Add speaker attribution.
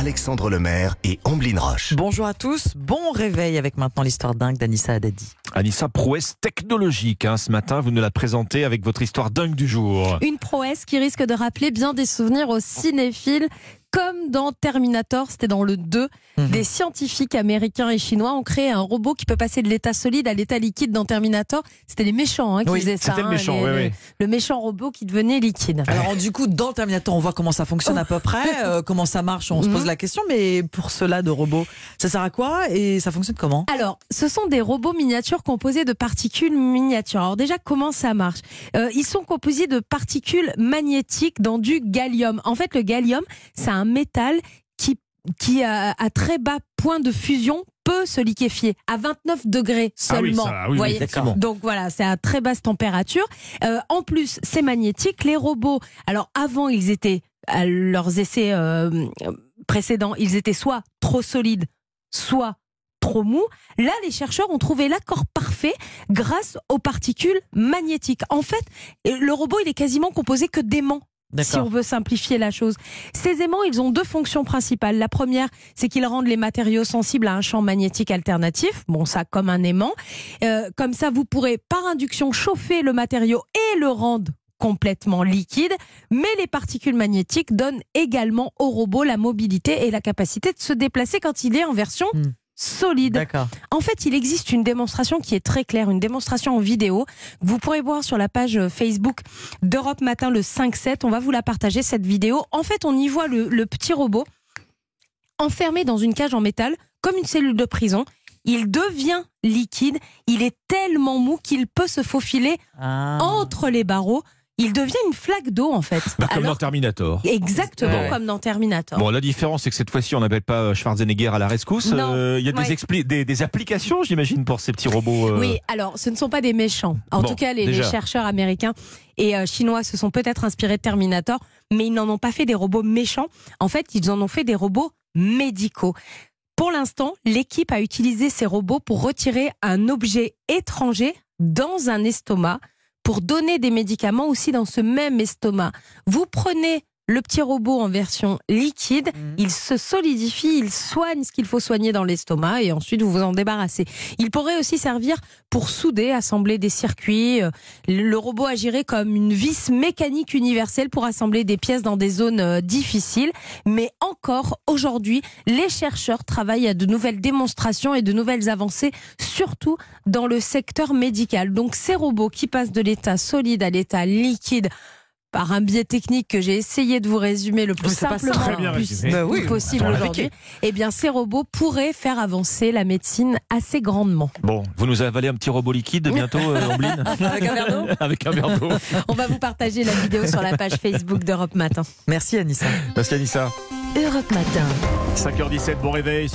Speaker 1: Alexandre Lemaire et Amblin Roche.
Speaker 2: Bonjour à tous, bon réveil avec maintenant l'histoire dingue d'Anissa Haddadi.
Speaker 3: Anissa, prouesse technologique. Ce matin, vous nous la présentez avec votre histoire dingue du jour.
Speaker 4: Une prouesse qui risque de rappeler bien des souvenirs aux cinéphiles. Comme dans Terminator, c'était dans le 2, des scientifiques américains et chinois ont créé un robot qui peut passer de l'état solide à l'état liquide dans Terminator. C'était les méchants qui faisaient ça.
Speaker 3: C'était le méchant,
Speaker 4: le méchant robot qui devenait liquide.
Speaker 2: Alors du coup, dans Terminator, on voit comment ça fonctionne à peu près, comment ça marche, on se pose la question, mais pour cela de robots, ça sert à quoi et ça fonctionne comment?
Speaker 4: Alors, ce sont des robots miniatures composés de particules miniatures. Alors déjà, comment ça marche? Ils sont composés de particules magnétiques dans du gallium. En fait, le gallium, c'est un métal qui à très bas point de fusion peut se liquéfier à 29 degrés seulement.
Speaker 3: Oui,
Speaker 4: voyez. Donc voilà, c'est à très basse température. En plus, c'est magnétique. Les robots, alors avant, ils étaient, à leurs essais précédents, ils étaient soit trop solides, soit trop mous. Là, les chercheurs ont trouvé l'accord parfait grâce aux particules magnétiques. En fait, le robot, il est quasiment composé que d'aimants. Si on veut simplifier la chose. Ces aimants, ils ont deux fonctions principales. La première, c'est qu'ils rendent les matériaux sensibles à un champ magnétique alternatif. Bon, ça comme un aimant. Comme ça, vous pourrez par induction chauffer le matériau et le rendre complètement liquide. Mais les particules magnétiques donnent également au robot la mobilité et la capacité de se déplacer quand il est en version solide. En fait, il existe une démonstration qui est très claire, une démonstration en vidéo. Vous pourrez voir sur la page Facebook d'Europe Matin le 5-7. On va vous la partager, cette vidéo. En fait, on y voit le petit robot enfermé dans une cage en métal, comme une cellule de prison. Il devient liquide. Il est tellement mou qu'il peut se faufiler entre les barreaux. Il devient une flaque d'eau, en fait.
Speaker 3: Comme dans Terminator.
Speaker 4: Exactement, comme dans Terminator.
Speaker 3: Bon, la différence, c'est que cette fois-ci, on n'appelle pas Schwarzenegger à la rescousse. Il y a des applications, j'imagine, pour ces petits robots.
Speaker 4: Oui, alors, ce ne sont pas des méchants. En tout cas, les chercheurs américains et chinois se sont peut-être inspirés de Terminator, mais ils n'en ont pas fait des robots méchants. En fait, ils en ont fait des robots médicaux. Pour l'instant, l'équipe a utilisé ces robots pour retirer un objet étranger dans un estomac, pour donner des médicaments aussi dans ce même estomac. Vous prenez le petit robot en version liquide, il se solidifie, il soigne ce qu'il faut soigner dans l'estomac et ensuite vous vous en débarrassez. Il pourrait aussi servir pour souder, assembler des circuits. Le robot agirait comme une vis mécanique universelle pour assembler des pièces dans des zones difficiles. Mais encore aujourd'hui, les chercheurs travaillent à de nouvelles démonstrations et de nouvelles avancées, surtout dans le secteur médical. Donc ces robots qui passent de l'état solide à l'état liquide, par un biais technique que j'ai essayé de vous résumer le plus simplement possible aujourd'hui, eh bien ces robots pourraient faire avancer la médecine assez grandement.
Speaker 3: Bon, vous nous avalez un petit robot liquide bientôt, Amblin?
Speaker 4: Avec un verre d'eau.
Speaker 3: Avec un verre d'eau.
Speaker 4: On va vous partager la vidéo sur la page Facebook d'Europe Matin.
Speaker 2: Merci Anissa.
Speaker 3: Merci Anissa.
Speaker 4: Europe Matin.
Speaker 3: 5h17, bon réveil.